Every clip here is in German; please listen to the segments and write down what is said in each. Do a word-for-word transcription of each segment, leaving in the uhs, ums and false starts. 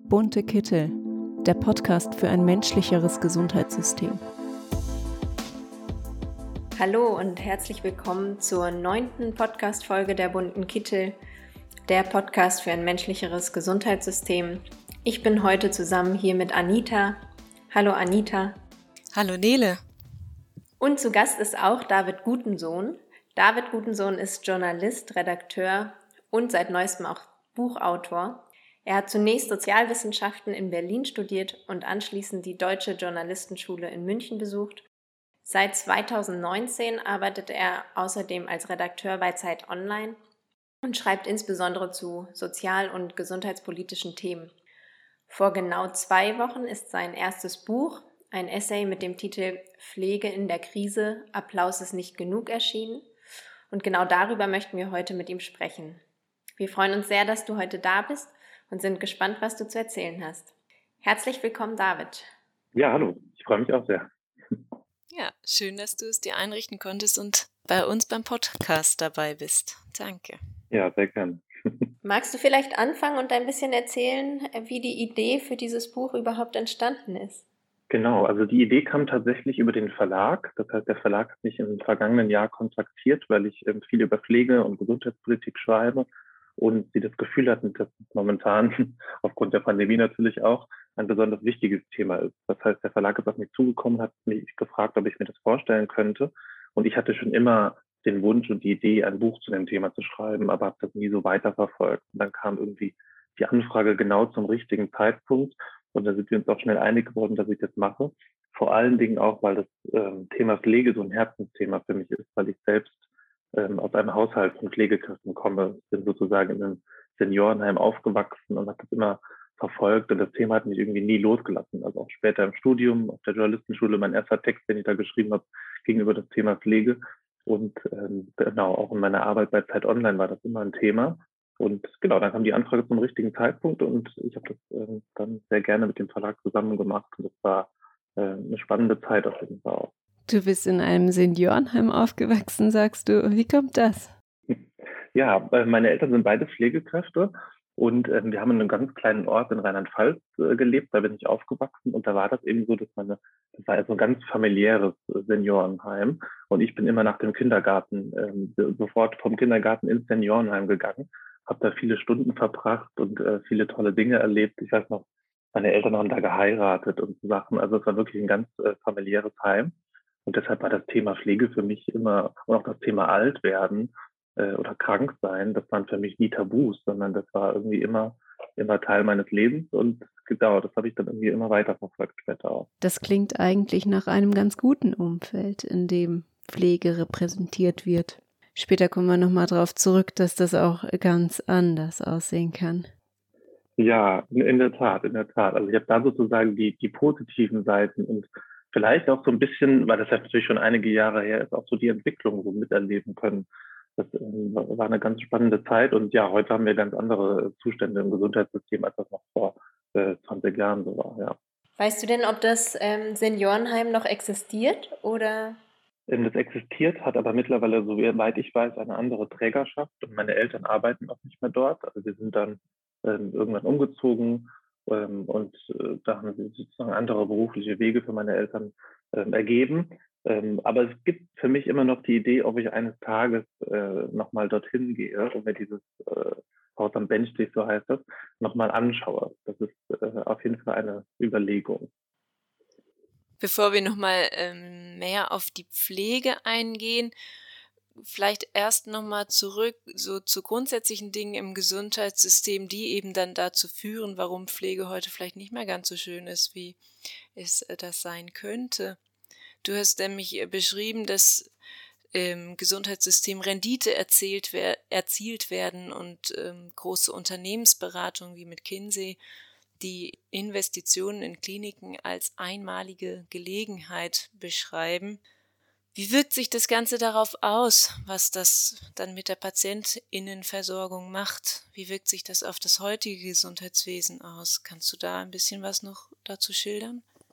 Bunte Kittel, der Podcast für ein menschlicheres Gesundheitssystem. Hallo und herzlich willkommen zur neunten Podcast-Folge der Bunten Kittel, der Podcast für ein menschlicheres Gesundheitssystem. Ich bin heute zusammen hier mit Anita. Hallo Anita. Hallo Nele. Und zu Gast ist auch David Gutensohn. David Gutensohn ist Journalist, Redakteur und seit neuestem auch Buchautor. Er hat zunächst Sozialwissenschaften in Berlin studiert und anschließend die Deutsche Journalistenschule in München besucht. Seit zweitausendneunzehn arbeitet er außerdem als Redakteur bei Zeit Online und schreibt insbesondere zu sozial- und gesundheitspolitischen Themen. Vor genau zwei Wochen ist sein erstes Buch, ein Essay mit dem Titel Pflege in der Krise, Applaus ist nicht genug erschienen. Und genau darüber möchten wir heute mit ihm sprechen. Wir freuen uns sehr, dass du heute da bist und sind gespannt, was du zu erzählen hast. Herzlich willkommen, David. Ja, hallo. Ich freue mich auch sehr. Ja, schön, dass du es dir einrichten konntest und bei uns beim Podcast dabei bist. Danke. Ja, sehr gerne. Magst du vielleicht anfangen und ein bisschen erzählen, wie die Idee für dieses Buch überhaupt entstanden ist? Genau, also die Idee kam tatsächlich über den Verlag. Das heißt, der Verlag hat mich im vergangenen Jahr kontaktiert, weil ich ähm, viel über Pflege und Gesundheitspolitik schreibe und sie das Gefühl hatten, dass es momentan aufgrund der Pandemie natürlich auch ein besonders wichtiges Thema ist. Das heißt, der Verlag ist auf mich zugekommen, hat mich gefragt, ob ich mir das vorstellen könnte. Und ich hatte schon immer den Wunsch und die Idee, ein Buch zu dem Thema zu schreiben, aber habe das nie so weiterverfolgt. Und dann kam irgendwie die Anfrage genau zum richtigen Zeitpunkt. Und da sind wir uns auch schnell einig geworden, dass ich das mache. Vor allen Dingen auch, weil das ähm, Thema Pflege so ein Herzensthema für mich ist, weil ich selbst ähm, aus einem Haushalt von Pflegekräften komme. Ich bin sozusagen in einem Seniorenheim aufgewachsen und habe das immer verfolgt. Und das Thema hat mich irgendwie nie losgelassen. Also auch später im Studium, auf der Journalistenschule, mein erster Text, den ich da geschrieben habe, ging über das Thema Pflege. Und ähm, genau, auch in meiner Arbeit bei Zeit Online war das immer ein Thema. Und genau, dann kam die Anfrage zum richtigen Zeitpunkt und ich habe das äh, dann sehr gerne mit dem Verlag zusammen gemacht. Und das war äh, eine spannende Zeit auf jeden Fall auch. Du bist in einem Seniorenheim aufgewachsen, sagst du. Wie kommt das? Ja, meine Eltern sind beide Pflegekräfte und äh, wir haben in einem ganz kleinen Ort in Rheinland-Pfalz äh, gelebt. Da bin ich aufgewachsen und da war das eben so, dass meine, das war so ein ganz familiäres Seniorenheim und ich bin immer nach dem Kindergarten, äh, sofort vom Kindergarten ins Seniorenheim gegangen, habe da viele Stunden verbracht und äh, viele tolle Dinge erlebt. Ich weiß noch, meine Eltern haben da geheiratet und so Sachen. Also es war wirklich ein ganz äh, familiäres Heim. Und deshalb war das Thema Pflege für mich immer, und auch das Thema Altwerden äh, oder krank sein, das waren für mich nie Tabus, sondern das war irgendwie immer, immer Teil meines Lebens. Und genau, das habe ich dann irgendwie immer weiter verfolgt später auch. Das klingt eigentlich nach einem ganz guten Umfeld, in dem Pflege repräsentiert wird. Später kommen wir nochmal drauf zurück, dass das auch ganz anders aussehen kann. Ja, in, in der Tat, in der Tat. Also ich habe da sozusagen die, die positiven Seiten und vielleicht auch so ein bisschen, weil das ja natürlich schon einige Jahre her ist, auch so die Entwicklung so miterleben können. Das äh, war eine ganz spannende Zeit und ja, heute haben wir ganz andere Zustände im Gesundheitssystem, als das noch vor äh, zwanzig Jahren so war, ja. Weißt du denn, ob das ähm, Seniorenheim noch existiert oder? Das existiert, hat aber mittlerweile, soweit ich weiß, eine andere Trägerschaft und meine Eltern arbeiten auch nicht mehr dort. Also wir sind dann ähm, irgendwann umgezogen ähm, und äh, da haben sich sozusagen andere berufliche Wege für meine Eltern ähm, ergeben. Ähm, aber es gibt für mich immer noch die Idee, ob ich eines Tages äh, nochmal dorthin gehe und mir dieses äh, Haus am Benstich, so heißt das, nochmal anschaue. Das ist äh, auf jeden Fall eine Überlegung. Bevor wir nochmal ähm, mehr auf die Pflege eingehen, vielleicht erst nochmal zurück so zu grundsätzlichen Dingen im Gesundheitssystem, die eben dann dazu führen, warum Pflege heute vielleicht nicht mehr ganz so schön ist, wie es äh, das sein könnte. Du hast nämlich äh, beschrieben, dass im Gesundheitssystem Rendite erzielt, wer- erzielt werden und ähm, große Unternehmensberatungen wie mit McKinsey die Investitionen in Kliniken als einmalige Gelegenheit beschreiben. Wie wirkt sich das Ganze darauf aus, was das dann mit der PatientInnenversorgung macht? Wie wirkt sich das auf das heutige Gesundheitswesen aus? Kannst du da ein bisschen was noch dazu schildern?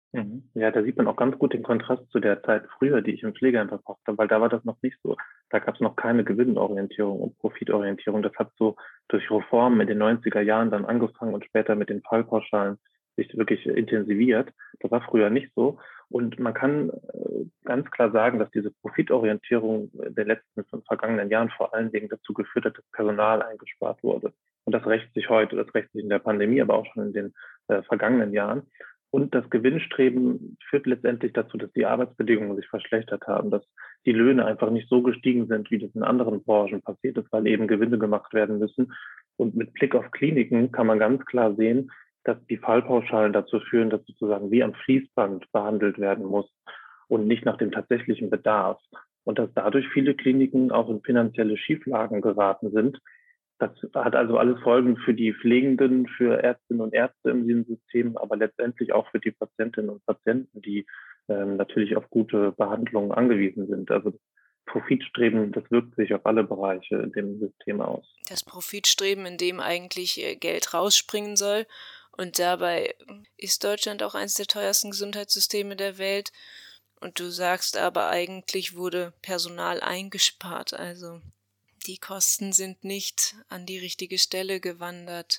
Mhm. Ja, da sieht man auch ganz gut den Kontrast zu der Zeit früher, die ich im Pflegeheim verbracht habe, weil da war das noch nicht so. Da gab es noch keine Gewinnorientierung und Profitorientierung. Das hat so durch Reformen in den neunziger Jahren dann angefangen und später mit den Fallpauschalen sich wirklich intensiviert. Das war früher nicht so. Und man kann äh, ganz klar sagen, dass diese Profitorientierung der letzten und vergangenen Jahren vor allen Dingen dazu geführt hat, dass Personal eingespart wurde. Und das rächt sich heute, das rächt sich in der Pandemie, aber auch schon in den äh, vergangenen Jahren. Und das Gewinnstreben führt letztendlich dazu, dass die Arbeitsbedingungen sich verschlechtert haben, dass die Löhne einfach nicht so gestiegen sind, wie das in anderen Branchen passiert ist, weil eben Gewinne gemacht werden müssen. Und mit Blick auf Kliniken kann man ganz klar sehen, dass die Fallpauschalen dazu führen, dass sozusagen wie am Fließband behandelt werden muss und nicht nach dem tatsächlichen Bedarf. Und dass dadurch viele Kliniken auch in finanzielle Schieflagen geraten sind. Das hat also alles Folgen für die Pflegenden, für Ärztinnen und Ärzte in diesem System, aber letztendlich auch für die Patientinnen und Patienten, die ähm, natürlich auf gute Behandlungen angewiesen sind. Also das Profitstreben, das wirkt sich auf alle Bereiche in dem System aus. Das Profitstreben, in dem eigentlich äh, Geld rausspringen soll. Und dabei ist Deutschland auch eines der teuersten Gesundheitssysteme der Welt. Und du sagst aber, eigentlich wurde Personal eingespart. Also die Kosten sind nicht an die richtige Stelle gewandert.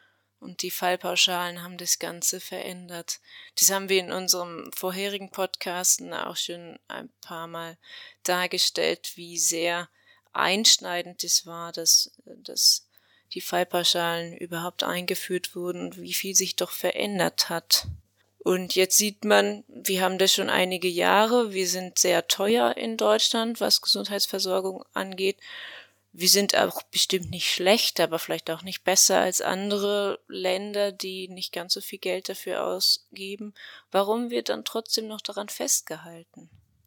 Und die Fallpauschalen haben das Ganze verändert. Das haben wir in unserem vorherigen Podcasten auch schon ein paar Mal dargestellt, wie sehr einschneidend es war, dass, dass die Fallpauschalen überhaupt eingeführt wurden und wie viel sich doch verändert hat. Und jetzt sieht man, wir haben das schon einige Jahre, wir sind sehr teuer in Deutschland, was Gesundheitsversorgung angeht. Wir sind auch bestimmt nicht schlecht, aber vielleicht auch nicht besser als andere Länder, die nicht ganz so viel Geld dafür ausgeben. Warum wird dann trotzdem noch daran festgehalten?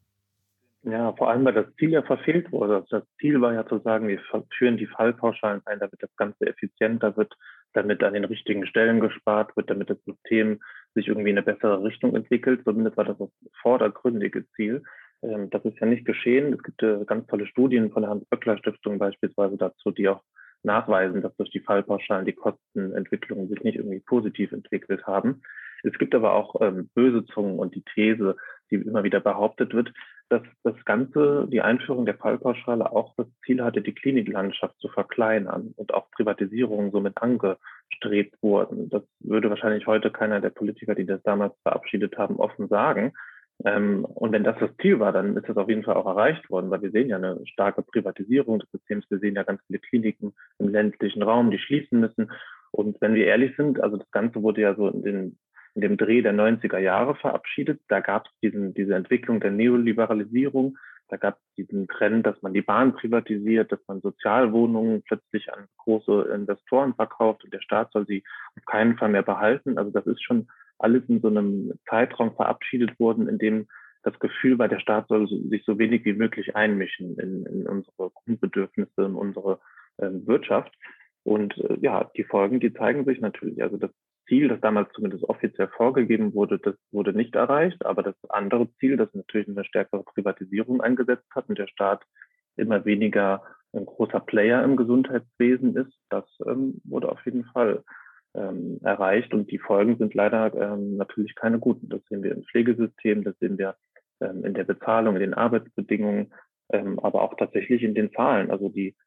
Ja, vor allem, weil das Ziel ja verfehlt wurde. Das Ziel war ja zu sagen, wir führen die Fallpauschalen ein, damit das Ganze effizienter wird, damit an den richtigen Stellen gespart wird, damit das System sich irgendwie in eine bessere Richtung entwickelt. Zumindest war das das vordergründige Ziel. Das ist ja nicht geschehen. Es gibt ganz tolle Studien von der Hans-Böckler-Stiftung beispielsweise dazu, die auch nachweisen, dass durch die Fallpauschalen die Kostenentwicklungen sich nicht irgendwie positiv entwickelt haben. Es gibt aber auch ähm, böse Zungen und die These, die immer wieder behauptet wird, dass das Ganze, die Einführung der Fallpauschale auch das Ziel hatte, die Kliniklandschaft zu verkleinern und auch Privatisierungen somit angestrebt wurden. Das würde wahrscheinlich heute keiner der Politiker, die das damals verabschiedet haben, offen sagen. Ähm, und wenn das das Ziel war, dann ist das auf jeden Fall auch erreicht worden, weil wir sehen ja eine starke Privatisierung des Systems. Wir sehen ja ganz viele Kliniken im ländlichen Raum, die schließen müssen. Und wenn wir ehrlich sind, also das Ganze wurde ja so in den in dem Dreh der neunziger Jahre verabschiedet. Da gab es diesen, diese Entwicklung der Neoliberalisierung. Da gab es diesen Trend, dass man die Bahn privatisiert, dass man Sozialwohnungen plötzlich an große Investoren verkauft und der Staat soll sie auf keinen Fall mehr behalten. Also das ist schon alles in so einem Zeitraum verabschiedet worden, in dem das Gefühl war, der Staat soll sich so wenig wie möglich einmischen in, in unsere Grundbedürfnisse, in unsere äh, Wirtschaft. Und äh, ja, die Folgen, die zeigen sich natürlich. Also das Ziel, das damals zumindest offiziell vorgegeben wurde, das wurde nicht erreicht. Aber das andere Ziel, das natürlich eine stärkere Privatisierung eingesetzt hat und der Staat immer weniger ein großer Player im Gesundheitswesen ist, das ähm, wurde auf jeden Fall ähm, erreicht. Und die Folgen sind leider ähm, natürlich keine guten. Das sehen wir im Pflegesystem, das sehen wir ähm, in der Bezahlung, in den Arbeitsbedingungen, ähm, aber auch tatsächlich in den Zahlen. Also die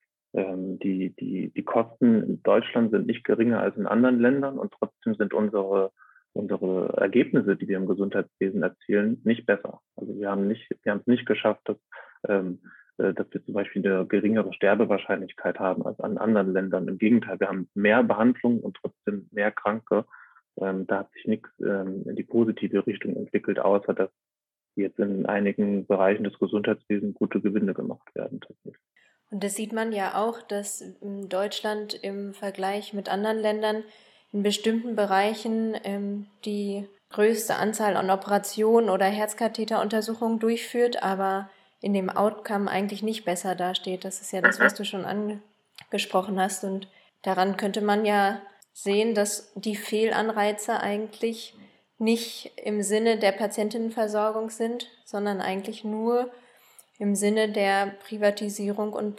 Die, die, die Kosten in Deutschland sind nicht geringer als in anderen Ländern und trotzdem sind unsere, unsere Ergebnisse, die wir im Gesundheitswesen erzielen, nicht besser. Also wir haben nicht, wir haben es nicht geschafft, dass, ähm, dass wir zum Beispiel eine geringere Sterbewahrscheinlichkeit haben als an anderen Ländern. Im Gegenteil, wir haben mehr Behandlung und trotzdem mehr Kranke. Ähm, da hat sich nichts ähm, in die positive Richtung entwickelt, außer dass jetzt in einigen Bereichen des Gesundheitswesens gute Gewinne gemacht werden. Tatsächlich. Und das sieht man ja auch, dass Deutschland im Vergleich mit anderen Ländern in bestimmten Bereichen ähm, die größte Anzahl an Operationen oder Herzkatheteruntersuchungen durchführt, aber in dem Outcome eigentlich nicht besser dasteht. Das ist ja das, was du schon angesprochen hast. Und daran könnte man ja sehen, dass die Fehlanreize eigentlich nicht im Sinne der Patientinnenversorgung sind, sondern eigentlich nur im Sinne der Privatisierung und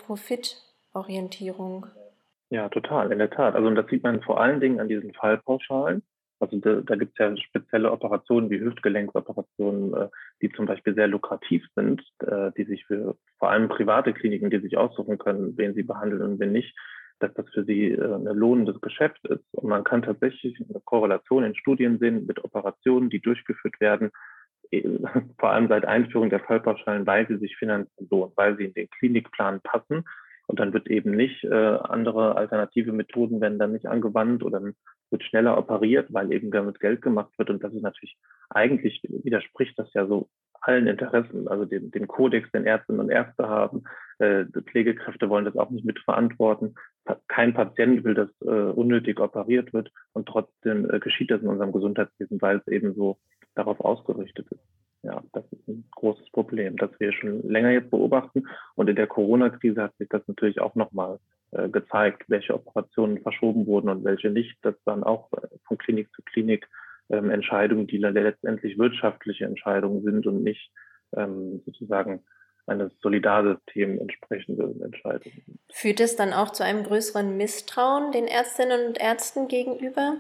Profitorientierung. Ja, total, in der Tat. Also und das sieht man vor allen Dingen an diesen Fallpauschalen. Also da, da gibt es ja spezielle Operationen wie Hüftgelenksoperationen, äh, die zum Beispiel sehr lukrativ sind, äh, die sich für vor allem private Kliniken, die sich aussuchen können, wen sie behandeln und wen nicht, dass das für sie äh, ein lohnendes Geschäft ist. Und man kann tatsächlich eine Korrelation in Studien sehen mit Operationen, die durchgeführt werden, äh, vor allem seit Einführung der Fallpauschalen, weil sie sich finanziell lohnen, weil sie in den Klinikplan passen. Und dann wird eben nicht äh, andere alternative Methoden werden dann nicht angewandt oder wird schneller operiert, weil eben damit Geld gemacht wird. Und das ist natürlich, eigentlich widerspricht das ja so allen Interessen, also dem, dem Kodex, den Ärztinnen und Ärzte haben. Äh, Pflegekräfte wollen das auch nicht mitverantworten. Kein Patient will, dass äh, unnötig operiert wird. Und trotzdem äh, geschieht das in unserem Gesundheitswesen, weil es eben so darauf ausgerichtet ist. Ja, das ist ein großes Problem, das wir schon länger jetzt beobachten. Und in der Corona-Krise hat sich das natürlich auch nochmal äh, gezeigt, welche Operationen verschoben wurden und welche nicht. Das waren auch äh, von Klinik zu Klinik ähm, Entscheidungen, die letztendlich wirtschaftliche Entscheidungen sind und nicht ähm, sozusagen eines Solidarsystem entsprechende Entscheidungen. Führt es dann auch zu einem größeren Misstrauen den Ärztinnen und Ärzten gegenüber?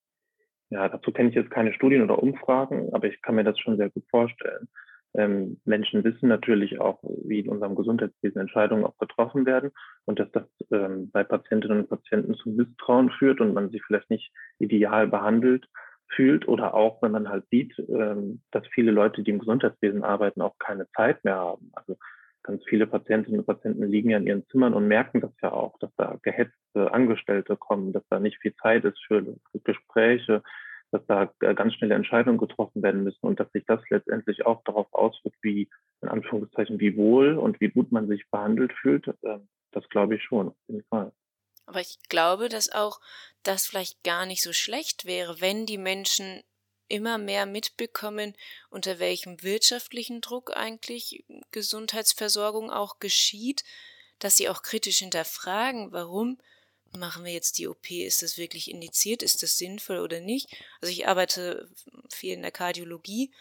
Ja, dazu kenne ich jetzt keine Studien oder Umfragen, aber ich kann mir das schon sehr gut vorstellen. Ähm, Menschen wissen natürlich auch, wie in unserem Gesundheitswesen Entscheidungen auch getroffen werden und dass das ähm, bei Patientinnen und Patienten zu Misstrauen führt und man sich vielleicht nicht ideal behandelt fühlt oder auch, wenn man halt sieht, ähm, dass viele Leute, die im Gesundheitswesen arbeiten, auch keine Zeit mehr haben. Also ganz viele Patientinnen und Patienten liegen ja in ihren Zimmern und merken das ja auch, dass da gehetzte Angestellte kommen, dass da nicht viel Zeit ist für Gespräche, dass da ganz schnelle Entscheidungen getroffen werden müssen und dass sich das letztendlich auch darauf auswirkt, wie, in Anführungszeichen, wie wohl und wie gut man sich behandelt fühlt. Das glaube ich schon, auf jeden Fall. Aber ich glaube, dass auch das vielleicht gar nicht so schlecht wäre, wenn die Menschen immer mehr mitbekommen, unter welchem wirtschaftlichen Druck eigentlich Gesundheitsversorgung auch geschieht, dass sie auch kritisch hinterfragen, warum machen wir jetzt die O P, ist das wirklich indiziert, ist das sinnvoll oder nicht? Also ich arbeite viel in der Kardiologie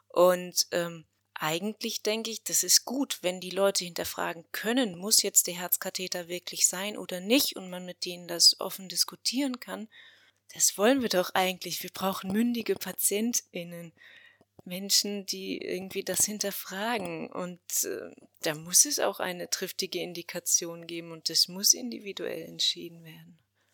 und ähm, eigentlich denke ich, das ist gut, wenn die Leute hinterfragen können, muss jetzt der Herzkatheter wirklich sein oder nicht und man mit denen das offen diskutieren kann. Das wollen wir doch eigentlich. Wir brauchen mündige PatientInnen. Menschen, die irgendwie das hinterfragen. Und äh, da muss es auch eine triftige Indikation geben und das muss individuell entschieden werden.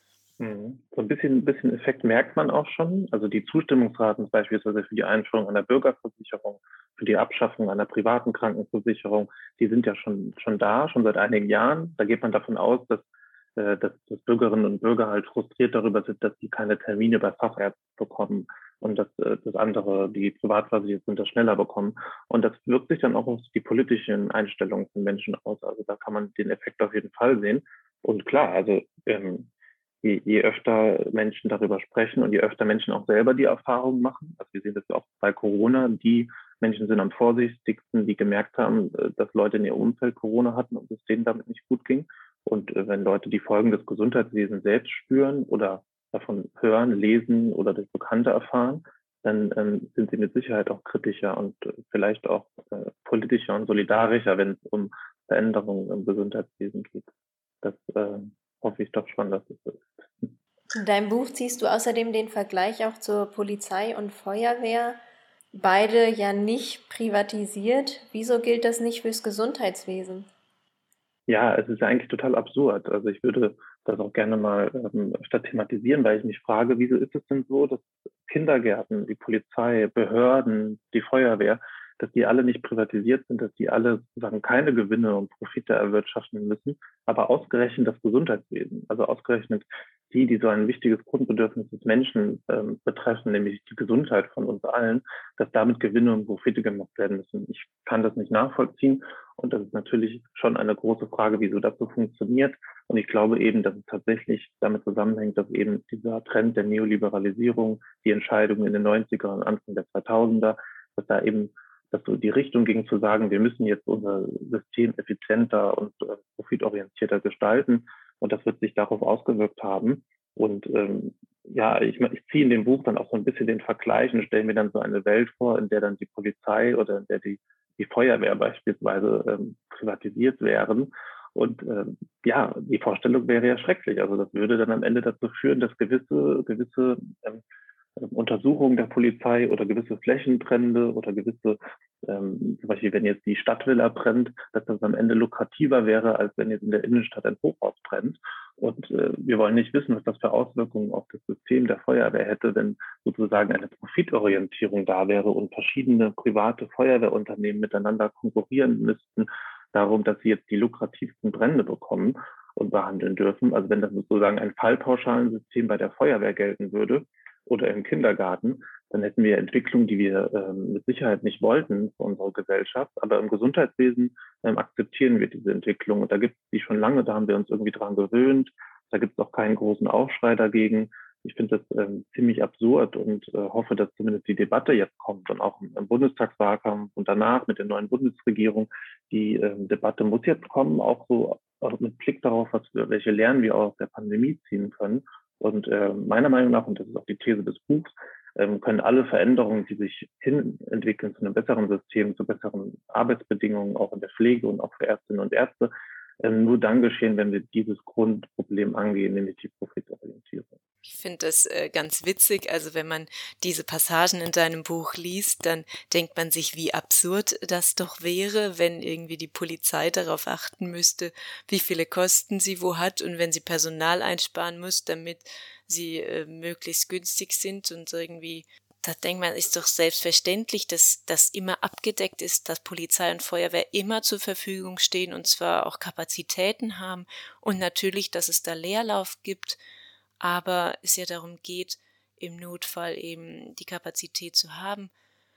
Mhm. So ein bisschen, ein bisschen Effekt merkt man auch schon. Also die Zustimmungsraten beispielsweise für die Einführung einer Bürgerversicherung, für die Abschaffung einer privaten Krankenversicherung, die sind ja schon, schon da, schon seit einigen Jahren. Da geht man davon aus, dass, äh, dass, dass Bürgerinnen und Bürger halt frustriert darüber sind, dass sie keine Termine bei Fachärzten bekommen und dass, äh, dass andere, die privatversichert sind, das schneller bekommen. Und das wirkt sich dann auch auf die politischen Einstellungen von Menschen aus. Also da kann man den Effekt auf jeden Fall sehen. Und klar, also ähm, Je, je öfter Menschen darüber sprechen und je öfter Menschen auch selber die Erfahrung machen, also wir sehen das ja auch bei Corona, die Menschen sind am vorsichtigsten, die gemerkt haben, dass Leute in ihrem Umfeld Corona hatten und es denen damit nicht gut ging. Und wenn Leute die Folgen des Gesundheitswesens selbst spüren oder davon hören, lesen oder durch Bekannte erfahren, dann ähm, sind sie mit Sicherheit auch kritischer und äh, vielleicht auch äh, politischer und solidarischer, wenn es um Veränderungen im Gesundheitswesen geht. Das äh, hoffe ich doch schon, dass es so ist. In deinem Buch ziehst du außerdem den Vergleich auch zur Polizei und Feuerwehr. Beide ja nicht privatisiert. Wieso gilt das nicht fürs Gesundheitswesen? Ja, es ist ja eigentlich total absurd. Also ich würde das auch gerne mal ähm, öfter thematisieren, weil ich mich frage, wieso ist es denn so, dass Kindergärten, die Polizei, Behörden, die Feuerwehr, dass die alle nicht privatisiert sind, dass die alle sozusagen keine Gewinne und Profite erwirtschaften müssen, aber ausgerechnet das Gesundheitswesen, also ausgerechnet die, die so ein wichtiges Grundbedürfnis des Menschen ähm, betreffen, nämlich die Gesundheit von uns allen, dass damit Gewinne und Profite gemacht werden müssen. Ich kann das nicht nachvollziehen und das ist natürlich schon eine große Frage, wieso das so funktioniert. Und ich glaube eben, dass es tatsächlich damit zusammenhängt, dass eben dieser Trend der Neoliberalisierung, die Entscheidungen in den neunziger und Anfang der zweitausender, dass da eben dass so die Richtung ging zu sagen, wir müssen jetzt unser System effizienter und äh, profitorientierter gestalten. Und das wird sich darauf ausgewirkt haben. Und ähm, ja, ich, ich ziehe in dem Buch dann auch so ein bisschen den Vergleich und stelle mir dann so eine Welt vor, in der dann die Polizei oder in der die, die Feuerwehr beispielsweise ähm, privatisiert wären. Und ähm, ja, die Vorstellung wäre ja schrecklich. Also das würde dann am Ende dazu führen, dass gewisse, gewisse ähm, Untersuchungen der Polizei oder gewisse Flächenbrände oder gewisse, ähm, zum Beispiel wenn jetzt die Stadtvilla brennt, dass das am Ende lukrativer wäre, als wenn jetzt in der Innenstadt ein Hochhaus brennt. Und äh, wir wollen nicht wissen, was das für Auswirkungen auf das System der Feuerwehr hätte, wenn sozusagen eine Profitorientierung da wäre und verschiedene private Feuerwehrunternehmen miteinander konkurrieren müssten darum, dass sie jetzt die lukrativsten Brände bekommen und behandeln dürfen. Also wenn das sozusagen ein Fallpauschalensystem bei der Feuerwehr gelten würde oder im Kindergarten, dann hätten wir Entwicklungen, die wir ähm, mit Sicherheit nicht wollten für unsere Gesellschaft. Aber im Gesundheitswesen ähm, akzeptieren wir diese Entwicklung. Und da gibt es die schon lange, da haben wir uns irgendwie dran gewöhnt. Da gibt es auch keinen großen Aufschrei dagegen. Ich finde das ähm, ziemlich absurd und äh, hoffe, dass zumindest die Debatte jetzt kommt und auch im, im Bundestagswahlkampf und danach mit der neuen Bundesregierung. Die ähm, Debatte muss jetzt kommen, auch so auch mit Blick darauf, was wir, welche Lernen wir aus der Pandemie ziehen können. Und äh, meiner Meinung nach, und das ist auch die These des Buchs, ähm, können alle Veränderungen, die sich hin entwickeln zu einem besseren System, zu besseren Arbeitsbedingungen, auch in der Pflege und auch für Ärztinnen und Ärzte, ähm, nur dann geschehen, wenn wir dieses Grundproblem angehen, nämlich die Profitorientierung. Ich finde das äh, ganz witzig. Also wenn man diese Passagen in deinem Buch liest, dann denkt man sich, wie absurd das doch wäre, wenn irgendwie die Polizei darauf achten müsste, wie viele Kosten sie wo hat und wenn sie Personal einsparen muss, damit sie äh, möglichst günstig sind und irgendwie, da denkt man, ist doch selbstverständlich, dass das immer abgedeckt ist, dass Polizei und Feuerwehr immer zur Verfügung stehen und zwar auch Kapazitäten haben und natürlich, dass es da Leerlauf gibt, aber es ja darum geht, im Notfall eben die Kapazität zu haben.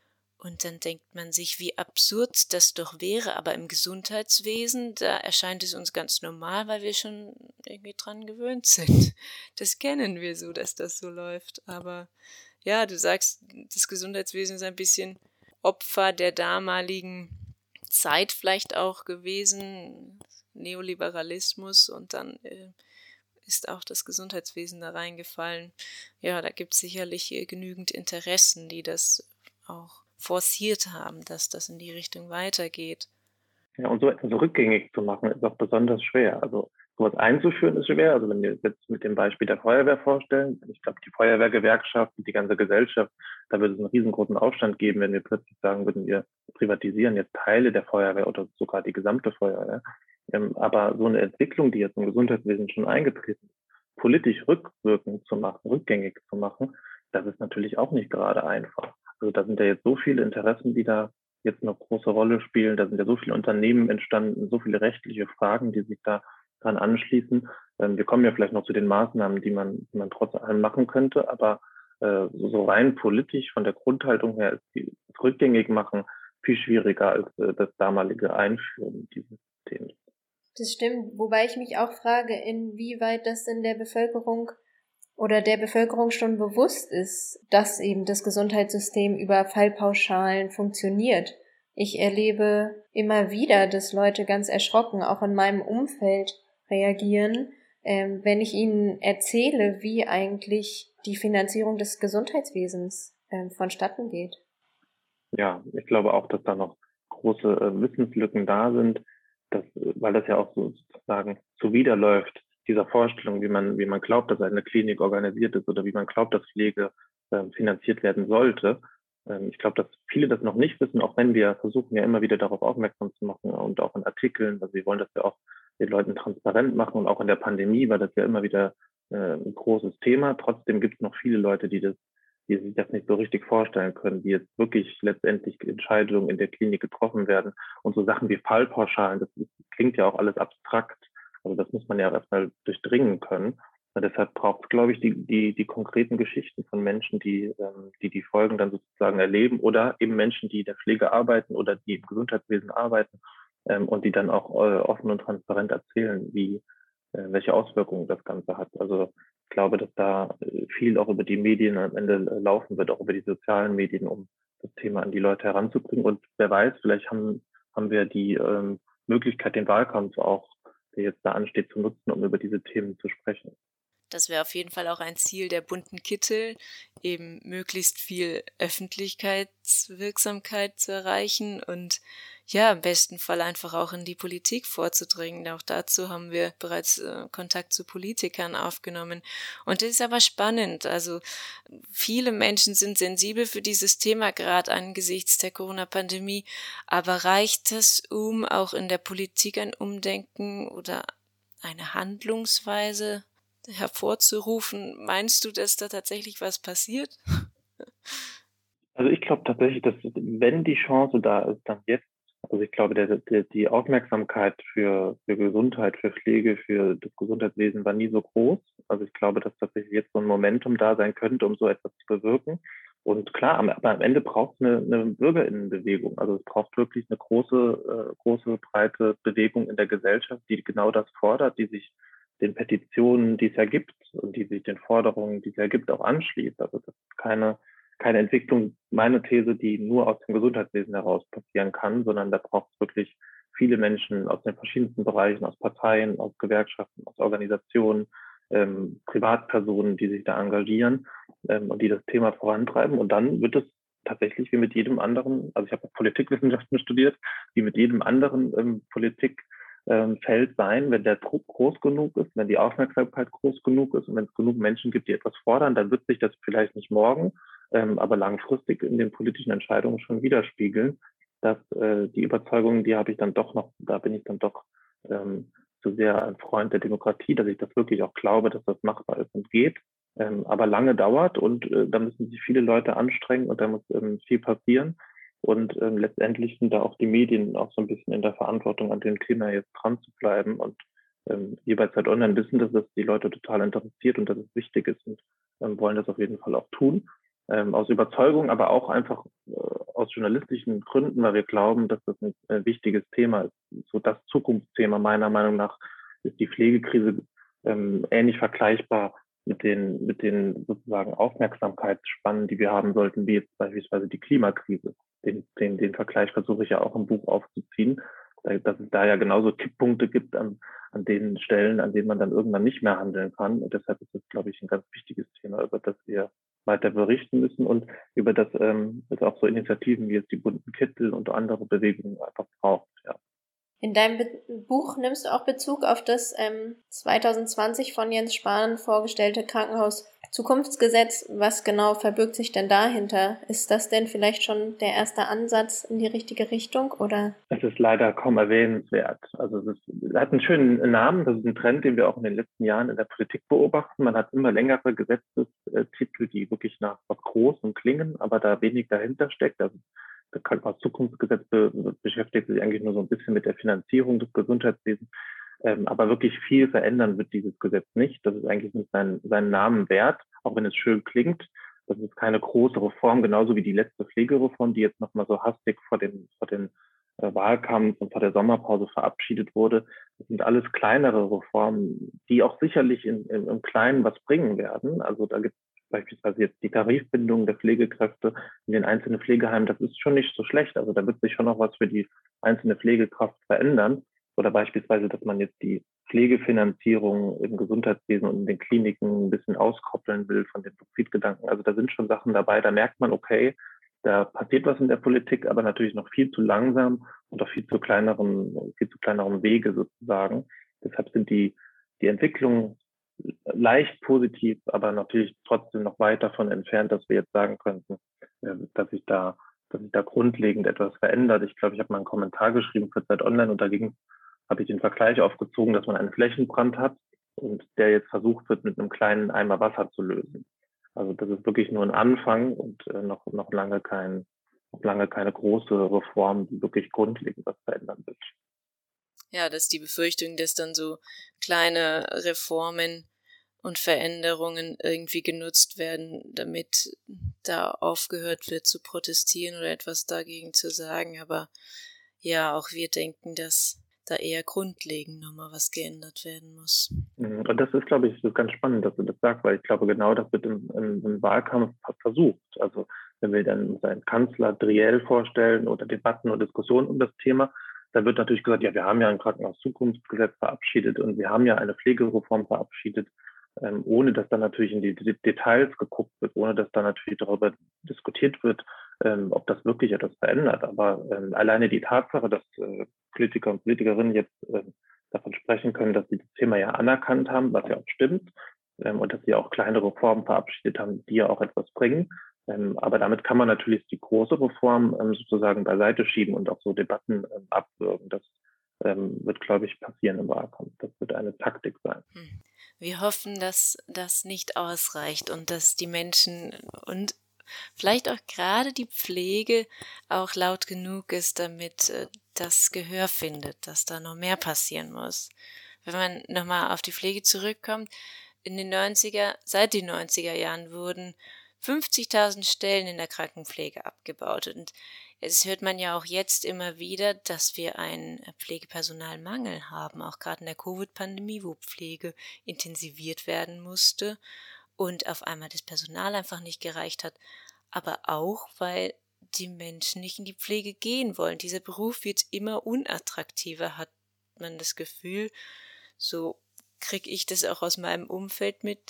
Und dann denkt man sich, wie absurd das doch wäre, aber im Gesundheitswesen, da erscheint es uns ganz normal, weil wir schon irgendwie dran gewöhnt sind. Das kennen wir so, dass das so läuft. Aber ja, du sagst, das Gesundheitswesen ist ein bisschen Opfer der damaligen Zeit vielleicht auch gewesen, Neoliberalismus und dann äh, ist auch das Gesundheitswesen da reingefallen. Ja, da gibt es sicherlich äh, genügend Interessen, die das auch forciert haben, dass das in die Richtung weitergeht. Ja, und so etwas rückgängig zu machen, ist auch besonders schwer. Also sowas einzuführen ist schwer. Also wenn wir jetzt mit dem Beispiel der Feuerwehr vorstellen, ich glaube, die Feuerwehrgewerkschaft und die ganze Gesellschaft, da würde es einen riesengroßen Aufstand geben, wenn wir plötzlich sagen würden, wir privatisieren jetzt Teile der Feuerwehr oder sogar die gesamte Feuerwehr. Ähm, aber so eine Entwicklung, die jetzt im Gesundheitswesen schon eingetreten ist, politisch rückwirkend zu machen, rückgängig zu machen, das ist natürlich auch nicht gerade einfach. Also da sind ja jetzt so viele Interessen, die da jetzt eine große Rolle spielen. Da sind ja so viele Unternehmen entstanden, so viele rechtliche Fragen, die sich da dran anschließen. Ähm, wir kommen ja vielleicht noch zu den Maßnahmen, die man, die man trotz allem machen könnte, aber äh, so rein politisch von der Grundhaltung her ist die, das rückgängig machen viel schwieriger als äh, das damalige Einführen dieses Systems. Das stimmt, wobei ich mich auch frage, inwieweit das in der Bevölkerung oder der Bevölkerung schon bewusst ist, dass eben das Gesundheitssystem über Fallpauschalen funktioniert. Ich erlebe immer wieder, dass Leute ganz erschrocken, auch in meinem Umfeld, reagieren, ähm, wenn ich ihnen erzähle, wie eigentlich die Finanzierung des Gesundheitswesens ähm, vonstatten geht. Ja, ich glaube auch, dass da noch große äh, Wissenslücken da sind, dass, weil das ja auch so sozusagen zuwiderläuft dieser Vorstellung, wie man, wie man glaubt, dass eine Klinik organisiert ist oder wie man glaubt, dass Pflege äh, finanziert werden sollte. Ähm, ich glaube, dass viele das noch nicht wissen, auch wenn wir versuchen ja immer wieder darauf aufmerksam zu machen und auch in Artikeln, also wir wollen das ja auch den Leuten transparent machen und auch in der Pandemie war das ja immer wieder äh, ein großes Thema. Trotzdem gibt es noch viele Leute, die das, die sich das nicht so richtig vorstellen können, wie jetzt wirklich letztendlich Entscheidungen in der Klinik getroffen werden und so Sachen wie Fallpauschalen, das, ist, das klingt ja auch alles abstrakt. Also das muss man ja auch erstmal durchdringen können. Und deshalb braucht es, glaube ich, die, die, die konkreten Geschichten von Menschen, die, ähm, die die Folgen dann sozusagen erleben oder eben Menschen, die in der Pflege arbeiten oder die im Gesundheitswesen arbeiten ähm, und die dann auch äh, offen und transparent erzählen, wie, äh, welche Auswirkungen das Ganze hat. Also ich glaube, dass da viel auch über die Medien am Ende laufen wird, auch über die sozialen Medien, um das Thema an die Leute heranzubringen. Und wer weiß, vielleicht haben, haben wir die ähm, Möglichkeit, den Wahlkampf auch, der jetzt da ansteht, zu nutzen, um über diese Themen zu sprechen. Das wäre auf jeden Fall auch ein Ziel der bunten Kittel, eben möglichst viel Öffentlichkeitswirksamkeit zu erreichen und ja, im besten Fall einfach auch in die Politik vorzudringen. Auch dazu haben wir bereits äh, Kontakt zu Politikern aufgenommen. Und das ist aber spannend. Also viele Menschen sind sensibel für dieses Thema, gerade angesichts der Corona-Pandemie. Aber reicht das, um auch in der Politik ein Umdenken oder eine Handlungsweise hervorzurufen? Meinst du, dass da tatsächlich was passiert? Also ich glaube tatsächlich, dass wenn die Chance da ist, dann jetzt. Also ich glaube, der, der, die Aufmerksamkeit für, für Gesundheit, für Pflege, für das Gesundheitswesen war nie so groß. Also ich glaube, dass tatsächlich jetzt so ein Momentum da sein könnte, um so etwas zu bewirken. Und klar, aber am Ende braucht es eine, eine Bürgerinnenbewegung. Also es braucht wirklich eine große, äh, große, breite Bewegung in der Gesellschaft, die genau das fordert, die sich den Petitionen, die es ja gibt und die sich den Forderungen, die es ja gibt, auch anschließt. Also das ist keine keine Entwicklung, meine These, die nur aus dem Gesundheitswesen heraus passieren kann, sondern da braucht es wirklich viele Menschen aus den verschiedensten Bereichen, aus Parteien, aus Gewerkschaften, aus Organisationen, ähm, Privatpersonen, die sich da engagieren ähm, und die das Thema vorantreiben. Und dann wird es tatsächlich wie mit jedem anderen, also ich habe Politikwissenschaften studiert, wie mit jedem anderen ähm, Politik Feld sein, wenn der Druck groß genug ist, wenn die Aufmerksamkeit groß genug ist und wenn es genug Menschen gibt, die etwas fordern, dann wird sich das vielleicht nicht morgen, ähm, aber langfristig in den politischen Entscheidungen schon widerspiegeln, dass äh, die Überzeugungen, die habe ich dann doch noch, da bin ich dann doch ähm, zu sehr ein Freund der Demokratie, dass ich das wirklich auch glaube, dass das machbar ist und geht, ähm, aber lange dauert und äh, da müssen sich viele Leute anstrengen und da muss ähm, viel passieren. Und ähm, letztendlich sind da auch die Medien auch so ein bisschen in der Verantwortung, an dem Thema jetzt dran zu bleiben. Und ähm, wir bei Zeit Online wissen, dass das die Leute total interessiert und dass es wichtig ist und ähm, wollen das auf jeden Fall auch tun. Ähm, aus Überzeugung, aber auch einfach äh, aus journalistischen Gründen, weil wir glauben, dass das ein äh, wichtiges Thema ist. So das Zukunftsthema meiner Meinung nach ist die Pflegekrise ähm, ähnlich vergleichbar mit den, mit den sozusagen Aufmerksamkeitsspannen, die wir haben sollten, wie jetzt beispielsweise die Klimakrise. Den, den, den Vergleich versuche ich ja auch im Buch aufzuziehen, dass es da ja genauso Kipppunkte gibt an, an den Stellen, an denen man dann irgendwann nicht mehr handeln kann. Und deshalb ist das, glaube ich, ein ganz wichtiges Thema, über das wir weiter berichten müssen und über das ähm, es auch so Initiativen wie jetzt die bunten Kittel und andere Bewegungen einfach braucht. Ja. In deinem Be- Buch nimmst du auch Bezug auf das ähm, zwanzig zwanzig von Jens Spahn vorgestellte Krankenhaus-Zukunftsgesetz. Was genau verbirgt sich denn dahinter? Ist das denn vielleicht schon der erste Ansatz in die richtige Richtung, oder? Es ist leider kaum erwähnenswert. Also es, ist, es hat einen schönen Namen. Das ist ein Trend, den wir auch in den letzten Jahren in der Politik beobachten. Man hat immer längere Gesetzestitel, die wirklich nach was Großem klingen, aber da wenig dahinter steckt. Also das Krankenhaus-Zukunftsgesetz be beschäftigt sich eigentlich nur so ein bisschen mit der Finanzierung des Gesundheitswesens. Ähm, aber wirklich viel verändern wird dieses Gesetz nicht. Das ist eigentlich nicht sein, seinen Namen wert, auch wenn es schön klingt. Das ist keine große Reform, genauso wie die letzte Pflegereform, die jetzt nochmal so hastig vor dem, vor dem äh, Wahlkampf und vor der Sommerpause verabschiedet wurde. Das sind alles kleinere Reformen, die auch sicherlich in, in, im Kleinen was bringen werden. Also da gibt beispielsweise jetzt die Tarifbindung der Pflegekräfte in den einzelnen Pflegeheimen, das ist schon nicht so schlecht. Also da wird sich schon noch was für die einzelne Pflegekraft verändern. Oder beispielsweise, dass man jetzt die Pflegefinanzierung im Gesundheitswesen und in den Kliniken ein bisschen auskoppeln will von den Profitgedanken. Also da sind schon Sachen dabei, da merkt man, okay, da passiert was in der Politik, aber natürlich noch viel zu langsam und auf viel zu kleineren, viel zu kleineren Wege sozusagen. Deshalb sind die, die Entwicklungen leicht positiv, aber natürlich trotzdem noch weit davon entfernt, dass wir jetzt sagen könnten, dass sich da, dass sich da grundlegend etwas verändert. Ich glaube, ich habe mal einen Kommentar geschrieben für Zeit Online und dagegen habe ich den Vergleich aufgezogen, dass man einen Flächenbrand hat und der jetzt versucht wird, mit einem kleinen Eimer Wasser zu lösen. Also das ist wirklich nur ein Anfang und äh, noch, noch lange kein, noch lange keine große Reform, die wirklich grundlegend was verändern wird. Ja, das ist die Befürchtung, dass dann so kleine Reformen und Veränderungen irgendwie genutzt werden, damit da aufgehört wird zu protestieren oder etwas dagegen zu sagen. Aber ja, auch wir denken, dass da eher grundlegend nochmal was geändert werden muss. Und das ist, glaube ich, ganz spannend, dass du das sagst, weil ich glaube, genau das wird im, im, im Wahlkampf versucht. Also wenn wir dann seinen Kanzler Driel vorstellen oder Debatten und Diskussionen um das Thema, da wird natürlich gesagt, ja, wir haben ja ein Krankenhaus-Zukunftsgesetz verabschiedet und wir haben ja eine Pflegereform verabschiedet. ähm, ohne dass dann natürlich in die D- Details geguckt wird, ohne dass dann natürlich darüber diskutiert wird, ähm, ob das wirklich etwas verändert. Aber ähm, alleine die Tatsache, dass äh, Politiker und Politikerinnen jetzt äh, davon sprechen können, dass sie das Thema ja anerkannt haben, was ja auch stimmt, ähm, und dass sie auch kleine Reformen verabschiedet haben, die ja auch etwas bringen. Ähm, aber damit kann man natürlich die große Reform ähm, sozusagen beiseite schieben und auch so Debatten ähm, abwürgen. Das ähm, wird, glaube ich, passieren im Wahlkampf. Das wird eine Taktik sein. Hm. Wir hoffen, dass das nicht ausreicht und dass die Menschen und vielleicht auch gerade die Pflege auch laut genug ist, damit äh, das Gehör findet, dass da noch mehr passieren muss. Wenn man nochmal auf die Pflege zurückkommt, in den neunziger, seit den neunziger Jahren wurden fünfzigtausend Stellen in der Krankenpflege abgebaut. Und es hört man ja auch jetzt immer wieder, dass wir einen Pflegepersonalmangel haben, auch gerade in der Covid-Pandemie, wo Pflege intensiviert werden musste und auf einmal das Personal einfach nicht gereicht hat. Aber auch, weil die Menschen nicht in die Pflege gehen wollen. Dieser Beruf wird immer unattraktiver, hat man das Gefühl. So kriege ich das auch aus meinem Umfeld mit.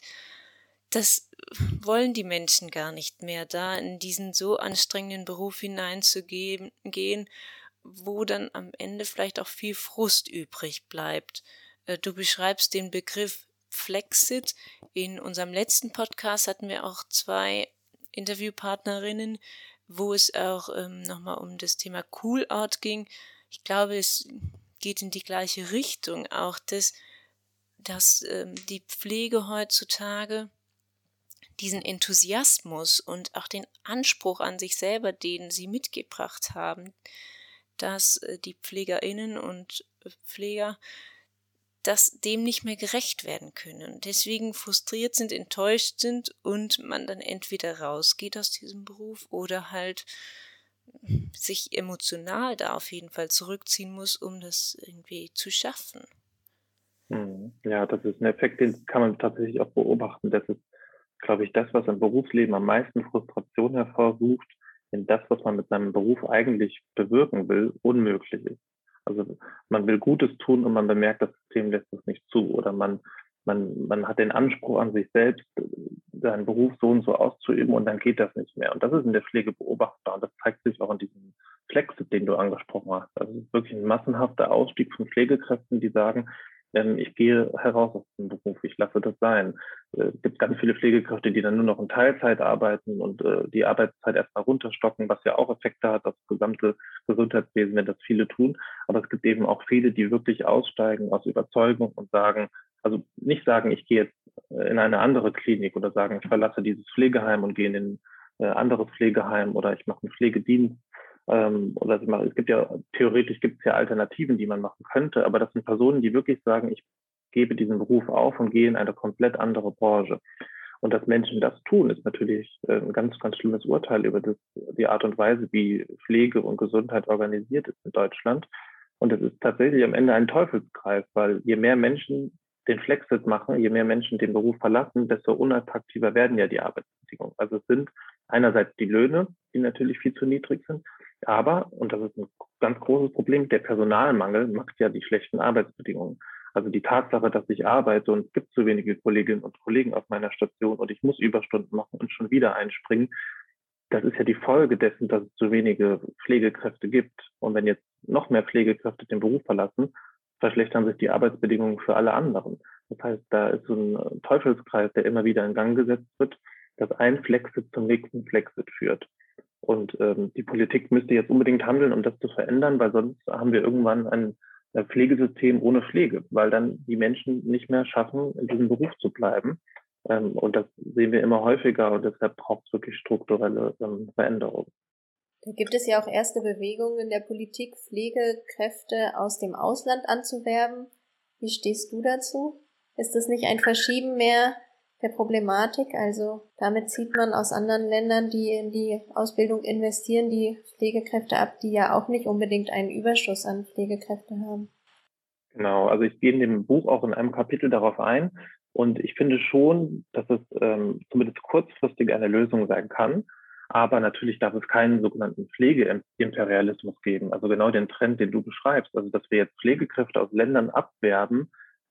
Das wollen die Menschen gar nicht mehr, da in diesen so anstrengenden Beruf hineinzugehen, gehen, wo dann am Ende vielleicht auch viel Frust übrig bleibt. Du beschreibst den Begriff Flexit. In unserem letzten Podcast hatten wir auch zwei Interviewpartnerinnen, wo es auch ähm, nochmal um das Thema Cool-Out ging. Ich glaube, es geht in die gleiche Richtung, auch das, dass ähm, die Pflege heutzutage diesen Enthusiasmus und auch den Anspruch an sich selber, den sie mitgebracht haben, dass äh, die PflegerInnen und äh, Pfleger dass dem nicht mehr gerecht werden können und deswegen frustriert sind, enttäuscht sind und man dann entweder rausgeht aus diesem Beruf oder halt sich emotional da auf jeden Fall zurückziehen muss, um das irgendwie zu schaffen. Ja, das ist ein Effekt, den kann man tatsächlich auch beobachten. Das ist, glaube ich, das, was im Berufsleben am meisten Frustration hervorruft, wenn das, was man mit seinem Beruf eigentlich bewirken will, unmöglich ist. Also man will Gutes tun und man bemerkt, das System lässt es nicht zu. Oder man, man, man hat den Anspruch an sich selbst, seinen Beruf so und so auszuüben und dann geht das nicht mehr. Und das ist in der Pflege beobachtbar. Und das zeigt sich auch in diesem Flexit, den du angesprochen hast. Also es ist wirklich ein massenhafter Ausstieg von Pflegekräften, die sagen, ich gehe heraus aus dem Beruf, ich lasse das sein. Es gibt ganz viele Pflegekräfte, die dann nur noch in Teilzeit arbeiten und äh, die Arbeitszeit erstmal runterstocken, was ja auch Effekte hat auf das gesamte Gesundheitswesen, wenn das viele tun. Aber es gibt eben auch viele, die wirklich aussteigen aus Überzeugung und sagen, also nicht sagen, ich gehe jetzt in eine andere Klinik oder sagen, ich verlasse dieses Pflegeheim und gehe in ein äh, anderes Pflegeheim oder ich mache einen Pflegedienst. Oder es gibt ja, theoretisch gibt es ja Alternativen, die man machen könnte, aber das sind Personen, die wirklich sagen, ich gebe diesen Beruf auf und gehe in eine komplett andere Branche. Und dass Menschen das tun, ist natürlich ein ganz, ganz schlimmes Urteil über das, die Art und Weise, wie Pflege und Gesundheit organisiert ist in Deutschland. Und es ist tatsächlich am Ende ein Teufelskreis, weil je mehr Menschen den Flexit machen, je mehr Menschen den Beruf verlassen, desto unattraktiver werden ja die Arbeitsbedingungen. Also es sind einerseits die Löhne, die natürlich viel zu niedrig sind, aber, und das ist ein ganz großes Problem, der Personalmangel macht ja die schlechten Arbeitsbedingungen. Also die Tatsache, dass ich arbeite und es gibt zu wenige Kolleginnen und Kollegen auf meiner Station und ich muss Überstunden machen und schon wieder einspringen, das ist ja die Folge dessen, dass es zu wenige Pflegekräfte gibt. Und wenn jetzt noch mehr Pflegekräfte den Beruf verlassen, verschlechtern sich die Arbeitsbedingungen für alle anderen. Das heißt, da ist so ein Teufelskreis, der immer wieder in Gang gesetzt wird, dass ein Flexit zum nächsten Flexit führt. Und ähm, die Politik müsste jetzt unbedingt handeln, um das zu verändern, weil sonst haben wir irgendwann ein Pflegesystem ohne Pflege, weil dann die Menschen nicht mehr schaffen, in diesem Beruf zu bleiben. Ähm, und das sehen wir immer häufiger und deshalb braucht es wirklich strukturelle ähm, Veränderungen. Da gibt es ja auch erste Bewegungen in der Politik, Pflegekräfte aus dem Ausland anzuwerben. Wie stehst du dazu? Ist das nicht ein Verschieben mehr der Problematik? Also damit zieht man aus anderen Ländern, die in die Ausbildung investieren, die Pflegekräfte ab, die ja auch nicht unbedingt einen Überschuss an Pflegekräfte haben. Genau, also ich gehe in dem Buch auch in einem Kapitel darauf ein und ich finde schon, dass es ähm, zumindest kurzfristig eine Lösung sein kann. Aber natürlich darf es keinen sogenannten Pflegeimperialismus geben. Also genau den Trend, den du beschreibst. Also dass wir jetzt Pflegekräfte aus Ländern abwerben,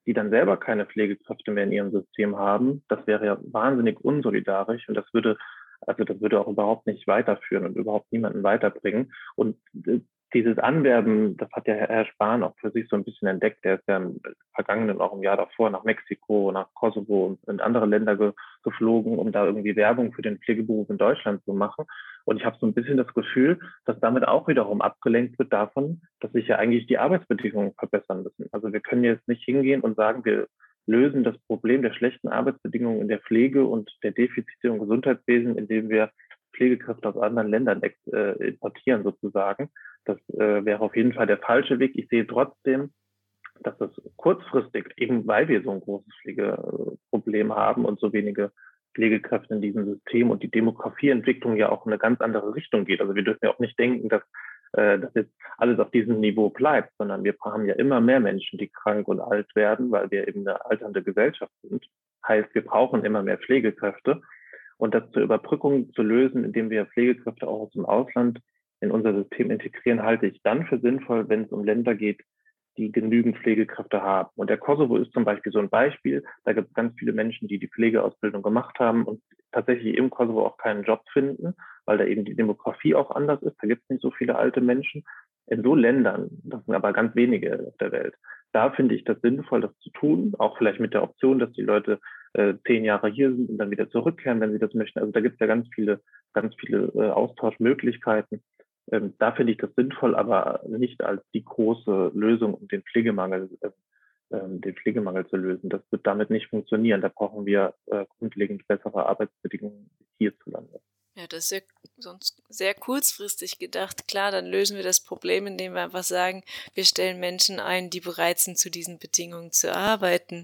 die dann selber keine Pflegekräfte mehr in ihrem System haben, das wäre ja wahnsinnig unsolidarisch und das würde, also das würde auch überhaupt nicht weiterführen und überhaupt niemanden weiterbringen. Und dieses Anwerben, das hat ja Herr Spahn auch für sich so ein bisschen entdeckt. Der ist ja im vergangenen, auch im Jahr davor, nach Mexiko, nach Kosovo und in andere Länder ge- geflogen, um da irgendwie Werbung für den Pflegeberuf in Deutschland zu machen. Und ich habe so ein bisschen das Gefühl, dass damit auch wiederum abgelenkt wird davon, dass sich ja eigentlich die Arbeitsbedingungen verbessern müssen. Also wir können jetzt nicht hingehen und sagen, wir lösen das Problem der schlechten Arbeitsbedingungen in der Pflege und der Defizite im Gesundheitswesen, indem wir Pflegekräfte aus anderen Ländern äh, importieren sozusagen. Das äh, wäre auf jeden Fall der falsche Weg. Ich sehe trotzdem, dass das kurzfristig, eben weil wir so ein großes Pflegeproblem haben und so wenige Pflegekräfte in diesem System und die Demografieentwicklung ja auch in eine ganz andere Richtung geht. Also wir dürfen ja auch nicht denken, dass äh, das jetzt alles auf diesem Niveau bleibt, sondern wir haben ja immer mehr Menschen, die krank und alt werden, weil wir eben eine alternde Gesellschaft sind. Heißt, wir brauchen immer mehr Pflegekräfte. Und das zur Überbrückung zu lösen, indem wir Pflegekräfte auch aus dem Ausland in unser System integrieren, halte ich dann für sinnvoll, wenn es um Länder geht, die genügend Pflegekräfte haben. Und der Kosovo ist zum Beispiel so ein Beispiel. Da gibt es ganz viele Menschen, die die Pflegeausbildung gemacht haben und tatsächlich im Kosovo auch keinen Job finden, weil da eben die Demografie auch anders ist. Da gibt es nicht so viele alte Menschen. In so Ländern, das sind aber ganz wenige auf der Welt, da finde ich das sinnvoll, das zu tun, auch vielleicht mit der Option, dass die Leute äh, zehn Jahre hier sind und dann wieder zurückkehren, wenn sie das möchten. Also da gibt es ja ganz viele, ganz viele äh, Austauschmöglichkeiten. Ähm, da finde ich das sinnvoll, aber nicht als die große Lösung, um den Pflegemangel, äh, den Pflegemangel zu lösen. Das wird damit nicht funktionieren. Da brauchen wir äh, grundlegend bessere Arbeitsbedingungen hierzulande. Ja, das ist ja sonst sehr kurzfristig gedacht. Klar, dann lösen wir das Problem, indem wir einfach sagen, wir stellen Menschen ein, die bereit sind, zu diesen Bedingungen zu arbeiten.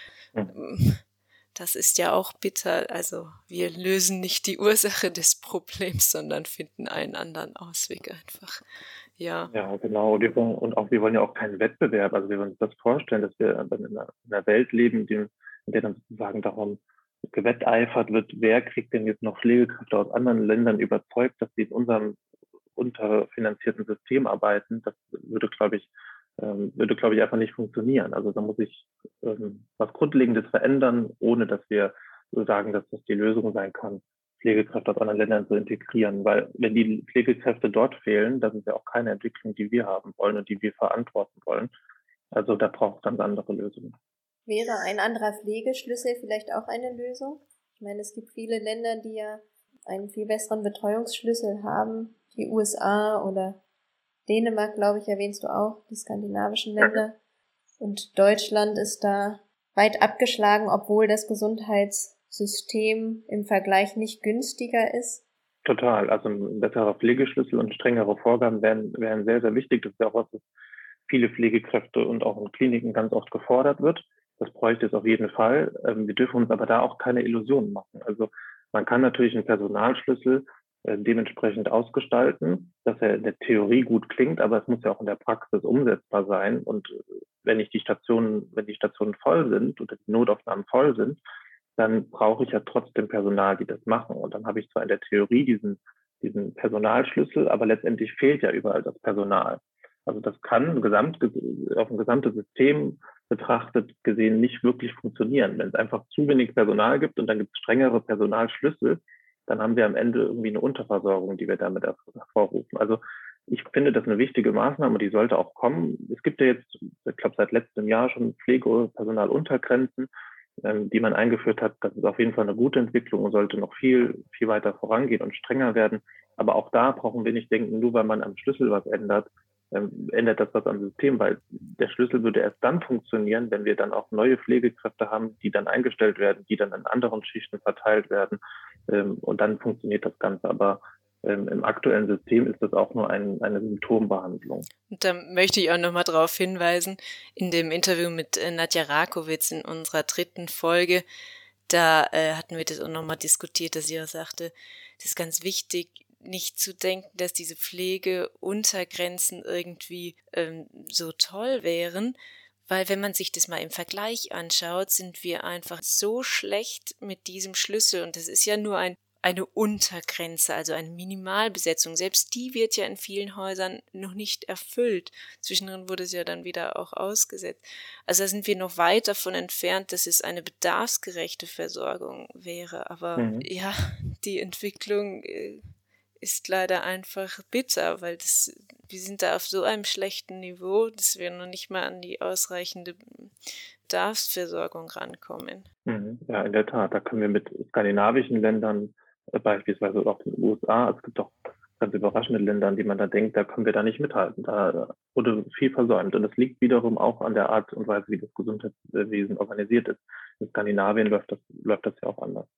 Mhm. Das ist ja auch bitter. Also wir lösen nicht die Ursache des Problems, sondern finden einen anderen Ausweg einfach. Ja, ja, genau. Und, wir wollen, und auch wir wollen ja auch keinen Wettbewerb. Also wir wollen uns das vorstellen, dass wir in einer, in einer Welt leben, die, in der dann sozusagen darum gewetteifert wird, wer kriegt denn jetzt noch Pflegekräfte aus anderen Ländern überzeugt, dass sie in unserem unterfinanzierten System arbeiten. Das würde, glaube ich, ähm, würde, glaube ich, einfach nicht funktionieren. Also da muss ich ähm, was Grundlegendes verändern, ohne dass wir so sagen, dass das die Lösung sein kann, Pflegekräfte aus anderen Ländern zu integrieren. Weil wenn die Pflegekräfte dort fehlen, das ist ja auch keine Entwicklung, die wir haben wollen und die wir verantworten wollen. Also da braucht es ganz andere Lösungen. Wäre ein anderer Pflegeschlüssel vielleicht auch eine Lösung? Ich meine, es gibt viele Länder, die ja einen viel besseren Betreuungsschlüssel haben. Die U S A oder Dänemark, glaube ich, erwähnst du auch, die skandinavischen Länder. Und Deutschland ist da weit abgeschlagen, obwohl das Gesundheitssystem im Vergleich nicht günstiger ist. Total. Also ein besserer Pflegeschlüssel und strengere Vorgaben wären, wären sehr, sehr wichtig. Das ist ja auch was, was viele Pflegekräfte und auch in Kliniken ganz oft gefordert wird. Das bräuchte es auf jeden Fall. Wir dürfen uns aber da auch keine Illusionen machen. Also man kann natürlich einen Personalschlüssel äh, dementsprechend ausgestalten, dass er in der Theorie gut klingt, aber es muss ja auch in der Praxis umsetzbar sein. Und wenn ich die Stationen, wenn die Stationen voll sind oder die Notaufnahmen voll sind, dann brauche ich ja trotzdem Personal, die das machen. Und dann habe ich zwar in der Theorie diesen, diesen Personalschlüssel, aber letztendlich fehlt ja überall das Personal. Also das kann gesamt, auf ein gesamtes System betrachtet gesehen nicht wirklich funktionieren. Wenn es einfach zu wenig Personal gibt und dann gibt es strengere Personalschlüssel, dann haben wir am Ende irgendwie eine Unterversorgung, die wir damit hervorrufen. Also ich finde das eine wichtige Maßnahme und die sollte auch kommen. Es gibt ja jetzt, ich glaube, seit letztem Jahr schon Pflegepersonaluntergrenzen, ähm, die man eingeführt hat. Das ist auf jeden Fall eine gute Entwicklung und sollte noch viel, viel weiter vorangehen und strenger werden. Aber auch da brauchen wir nicht denken, nur weil man am Schlüssel was ändert, ähm, ändert das was am System, weil der Schlüssel würde erst dann funktionieren, wenn wir dann auch neue Pflegekräfte haben, die dann eingestellt werden, die dann in anderen Schichten verteilt werden. Ähm, und dann funktioniert das Ganze. Aber ähm, im aktuellen System ist das auch nur ein, eine Symptombehandlung. Und da möchte ich auch nochmal darauf hinweisen, in dem Interview mit äh, Nadja Rakowitz in unserer dritten Folge, da äh, hatten wir das auch nochmal diskutiert, dass sie auch sagte, das ist ganz wichtig, nicht zu denken, dass diese Pflegeuntergrenzen irgendwie ähm, so toll wären, weil wenn man sich das mal im Vergleich anschaut, sind wir einfach so schlecht mit diesem Schlüssel und das ist ja nur ein eine Untergrenze, also eine Minimalbesetzung. Selbst die wird ja in vielen Häusern noch nicht erfüllt. Zwischendrin wurde es ja dann wieder auch ausgesetzt. Also da sind wir noch weit davon entfernt, dass es eine bedarfsgerechte Versorgung wäre. Aber Mhm. ja, die Entwicklung äh, ist leider einfach bitter, weil das, wir sind da auf so einem schlechten Niveau, dass wir noch nicht mal an die ausreichende Bedarfsversorgung rankommen. Mhm. Ja, in der Tat. Da können wir mit skandinavischen Ländern, äh, beispielsweise auch den U S A, es gibt auch ganz überraschende Länder, an die man da denkt, da können wir da nicht mithalten. Da wurde viel versäumt. Und das liegt wiederum auch an der Art und Weise, wie das Gesundheitswesen organisiert ist. In Skandinavien läuft das, läuft das ja auch anders.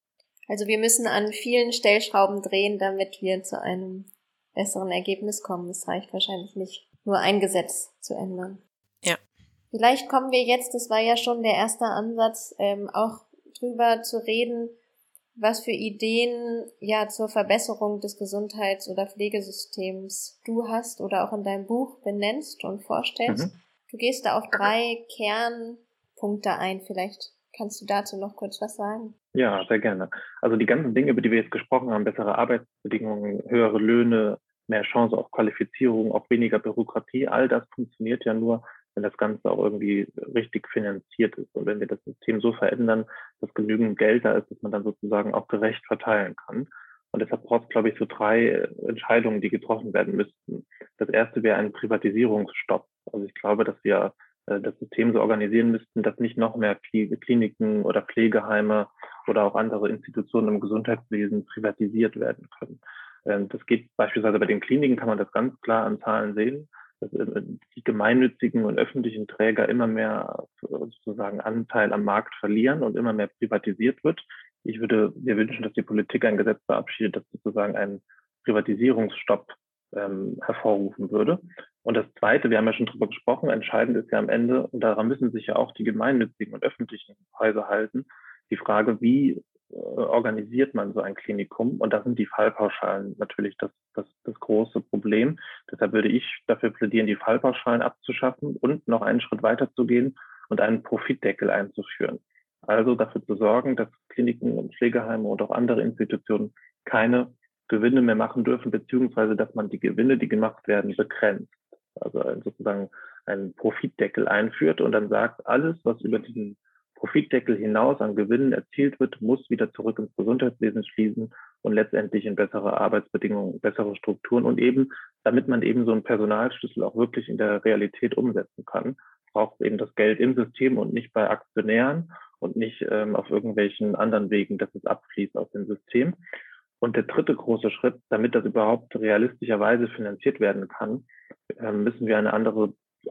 Also wir müssen an vielen Stellschrauben drehen, damit wir zu einem besseren Ergebnis kommen. Es reicht wahrscheinlich nicht, nur ein Gesetz zu ändern. Ja. Vielleicht kommen wir jetzt, das war ja schon der erste Ansatz, ähm, auch drüber zu reden, was für Ideen ja zur Verbesserung des Gesundheits- oder Pflegesystems du hast oder auch in deinem Buch benennst und vorstellst. Mhm. Du gehst da auf drei Kernpunkte ein. Vielleicht kannst du dazu noch kurz was sagen? Ja, sehr gerne. Also die ganzen Dinge, über die wir jetzt gesprochen haben, bessere Arbeitsbedingungen, höhere Löhne, mehr Chance auf Qualifizierung, auch weniger Bürokratie, all das funktioniert ja nur, wenn das Ganze auch irgendwie richtig finanziert ist und wenn wir das System so verändern, dass genügend Geld da ist, dass man dann sozusagen auch gerecht verteilen kann. Und deshalb braucht es, glaube ich, so drei Entscheidungen, die getroffen werden müssten. Das erste wäre ein Privatisierungsstopp. Also ich glaube, dass wir das System so organisieren müssten, dass nicht noch mehr Kliniken oder Pflegeheime oder auch andere Institutionen im Gesundheitswesen privatisiert werden können. Das geht beispielsweise bei den Kliniken, kann man das ganz klar an Zahlen sehen, dass die gemeinnützigen und öffentlichen Träger immer mehr sozusagen Anteil am Markt verlieren und immer mehr privatisiert wird. Ich würde mir wünschen, dass die Politik ein Gesetz verabschiedet, das sozusagen einen Privatisierungsstopp ähm, hervorrufen würde. Und das Zweite, wir haben ja schon drüber gesprochen, entscheidend ist ja am Ende, und daran müssen sich ja auch die gemeinnützigen und öffentlichen Häuser halten, die Frage, wie äh, organisiert man so ein Klinikum? Und da sind die Fallpauschalen natürlich das, das, das große Problem. Deshalb würde ich dafür plädieren, die Fallpauschalen abzuschaffen und noch einen Schritt weiter zu gehen und einen Profitdeckel einzuführen. Also dafür zu sorgen, dass Kliniken und Pflegeheime und auch andere Institutionen keine Gewinne mehr machen dürfen, beziehungsweise dass man die Gewinne, die gemacht werden, begrenzt. Also sozusagen einen Profitdeckel einführt und dann sagt, alles, was über diesen Profitdeckel hinaus an Gewinnen erzielt wird, muss wieder zurück ins Gesundheitswesen fließen und letztendlich in bessere Arbeitsbedingungen, bessere Strukturen und eben, damit man eben so einen Personalschlüssel auch wirklich in der Realität umsetzen kann, braucht es eben das Geld im System und nicht bei Aktionären und nicht ähm, auf irgendwelchen anderen Wegen, dass es abfließt aus dem System. Und der dritte große Schritt, damit das überhaupt realistischerweise finanziert werden kann, müssen wir eine andere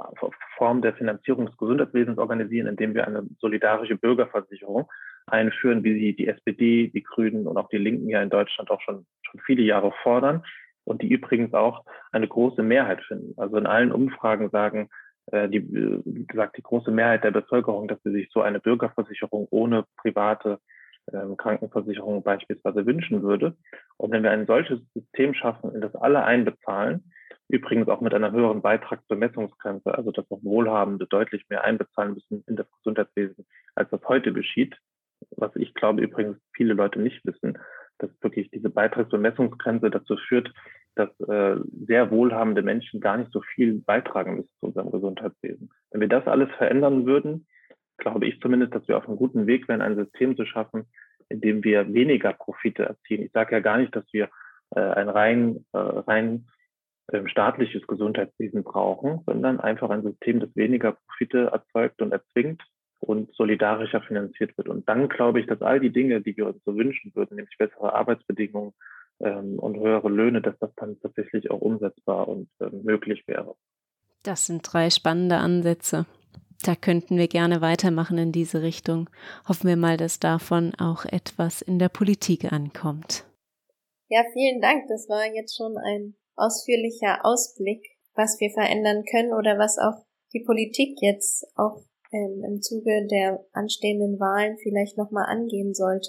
Form der Finanzierung des Gesundheitswesens organisieren, indem wir eine solidarische Bürgerversicherung einführen, wie sie die S P D, die Grünen und auch die Linken ja in Deutschland auch schon, schon viele Jahre fordern und die übrigens auch eine große Mehrheit finden. Also in allen Umfragen sagen, äh, die, wie gesagt, die große Mehrheit der Bevölkerung, dass sie sich so eine Bürgerversicherung ohne private Krankenversicherung beispielsweise wünschen würde. Und wenn wir ein solches System schaffen, in das alle einbezahlen, übrigens auch mit einer höheren Beitragsbemessungsgrenze, also dass auch Wohlhabende deutlich mehr einbezahlen müssen in das Gesundheitswesen, als das heute geschieht, was ich glaube übrigens viele Leute nicht wissen, dass wirklich diese Beitragsbemessungsgrenze dazu führt, dass äh, sehr wohlhabende Menschen gar nicht so viel beitragen müssen zu unserem Gesundheitswesen. Wenn wir das alles verändern würden, glaube ich zumindest, dass wir auf einem guten Weg wären, ein System zu schaffen, in dem wir weniger Profite erzielen. Ich sage ja gar nicht, dass wir äh, ein rein, äh, rein äh, staatliches Gesundheitswesen brauchen, sondern einfach ein System, das weniger Profite erzeugt und erzwingt und solidarischer finanziert wird. Und dann glaube ich, dass all die Dinge, die wir uns so wünschen würden, nämlich bessere Arbeitsbedingungen ähm, und höhere Löhne, dass das dann tatsächlich auch umsetzbar und äh, möglich wäre. Das sind drei spannende Ansätze. Da könnten wir gerne weitermachen in diese Richtung. Hoffen wir mal, dass davon auch etwas in der Politik ankommt. Ja, vielen Dank. Das war jetzt schon ein ausführlicher Ausblick, was wir verändern können oder was auch die Politik jetzt auch ähm, im Zuge der anstehenden Wahlen vielleicht nochmal angehen sollte.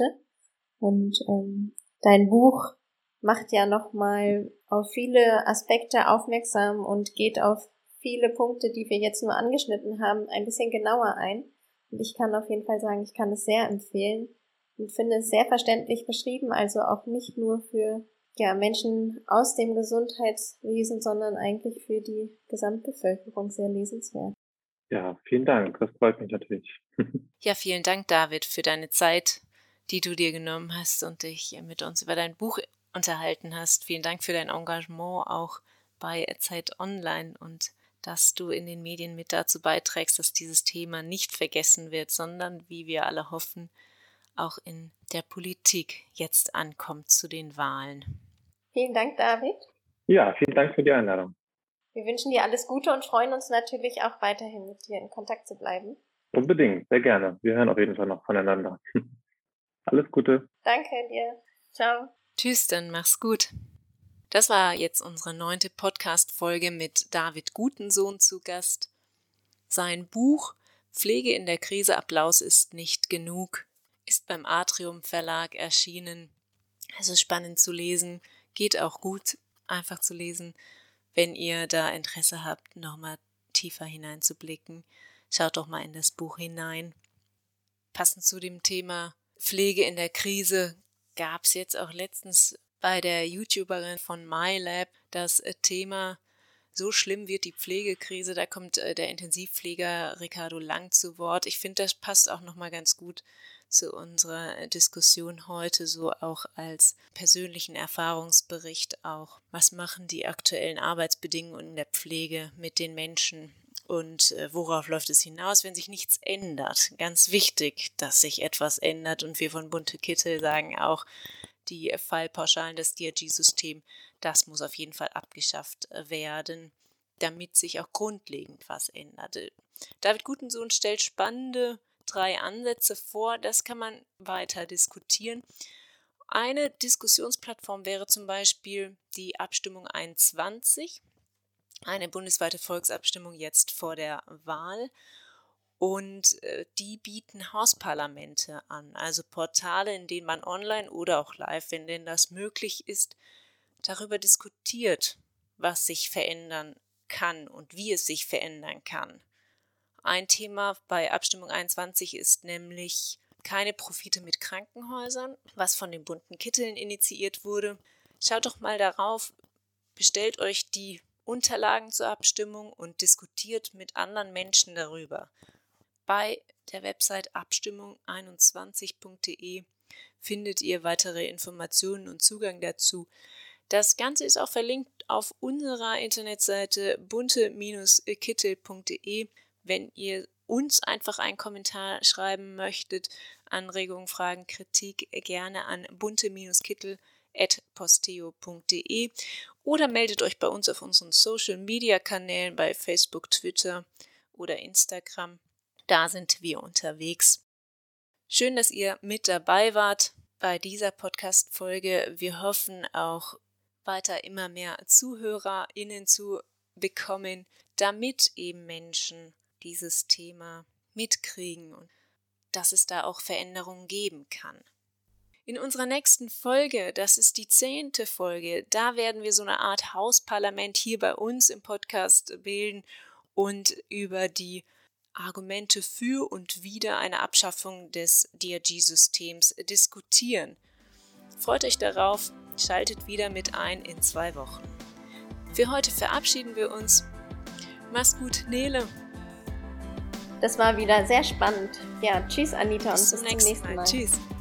Und ähm, dein Buch macht ja nochmal auf viele Aspekte aufmerksam und geht auf viele Punkte, die wir jetzt nur angeschnitten haben, ein bisschen genauer ein. Und ich kann auf jeden Fall sagen, ich kann es sehr empfehlen. und finde es sehr verständlich beschrieben, also auch nicht nur für ja, Menschen aus dem Gesundheitswesen, sondern eigentlich für die Gesamtbevölkerung sehr lesenswert. Ja, vielen Dank. Das freut mich natürlich. Ja, vielen Dank, David, für deine Zeit, die du dir genommen hast und dich mit uns über dein Buch unterhalten hast. Vielen Dank für dein Engagement auch bei Zeit Online und dass du in den Medien mit dazu beiträgst, dass dieses Thema nicht vergessen wird, sondern, wie wir alle hoffen, auch in der Politik jetzt ankommt zu den Wahlen. Vielen Dank, David. Ja, vielen Dank für die Einladung. Wir wünschen dir alles Gute und freuen uns natürlich auch weiterhin mit dir in Kontakt zu bleiben. Unbedingt, sehr gerne. Wir hören auf jeden Fall noch voneinander. Alles Gute. Danke dir. Ciao. Tschüss, dann mach's gut. Das war jetzt unsere neunte Podcast-Folge mit David Gutensohn zu Gast. Sein Buch Pflege in der Krise, Applaus ist nicht genug ist beim Atrium Verlag erschienen. Also spannend zu lesen, geht auch gut, einfach zu lesen. Wenn ihr da Interesse habt, nochmal tiefer hineinzublicken, schaut doch mal in das Buch hinein. Passend zu dem Thema Pflege in der Krise gab es jetzt auch letztens bei der YouTuberin von MyLab das Thema So schlimm wird die Pflegekrise. Da kommt der Intensivpfleger Ricardo Lang zu Wort. Ich finde, das passt auch nochmal ganz gut zu unserer Diskussion heute, so auch als persönlichen Erfahrungsbericht auch. Was machen die aktuellen Arbeitsbedingungen in der Pflege mit den Menschen und äh, worauf läuft es hinaus, wenn sich nichts ändert? Ganz wichtig, dass sich etwas ändert und wir von Bunte Kittel sagen auch, die Fallpauschalen, das D R G-System, das muss auf jeden Fall abgeschafft werden, damit sich auch grundlegend was ändert. David Gutensohn stellt spannende drei Ansätze vor, das kann man weiter diskutieren. Eine Diskussionsplattform wäre zum Beispiel die Abstimmung einundzwanzig, eine bundesweite Volksabstimmung jetzt vor der Wahl. Und äh, die bieten Hausparlamente an, also Portale, in denen man online oder auch live, wenn denn das möglich ist, darüber diskutiert, was sich verändern kann und wie es sich verändern kann. Ein Thema bei Abstimmung einundzwanzig ist nämlich keine Profite mit Krankenhäusern, was von den Bunten Kitteln initiiert wurde. Schaut doch mal darauf, bestellt euch die Unterlagen zur Abstimmung und diskutiert mit anderen Menschen darüber. Bei der Website abstimmung einundzwanzig punkt de findet ihr weitere Informationen und Zugang dazu. Das Ganze ist auch verlinkt auf unserer Internetseite bunte Bindestrich kittel punkt de. Wenn ihr uns einfach einen Kommentar schreiben möchtet, Anregungen, Fragen, Kritik, gerne an bunte Bindestrich kittel at posteo punkt de oder meldet euch bei uns auf unseren Social-Media-Kanälen bei Facebook, Twitter oder Instagram. Da sind wir unterwegs. Schön, dass ihr mit dabei wart bei dieser Podcast-Folge. Wir hoffen auch weiter immer mehr ZuhörerInnen zu bekommen, damit eben Menschen dieses Thema mitkriegen und dass es da auch Veränderungen geben kann. In unserer nächsten Folge, das ist die zehnte Folge, da werden wir so eine Art Hausparlament hier bei uns im Podcast bilden und über die Argumente für und wider eine Abschaffung des D R G-Systems diskutieren. Freut euch darauf, schaltet wieder mit ein in zwei Wochen. Für heute verabschieden wir uns. Mach's gut, Nele. Das war wieder sehr spannend. Ja, tschüss Anita und bis zum zum nächsten Mal. Mal. Tschüss.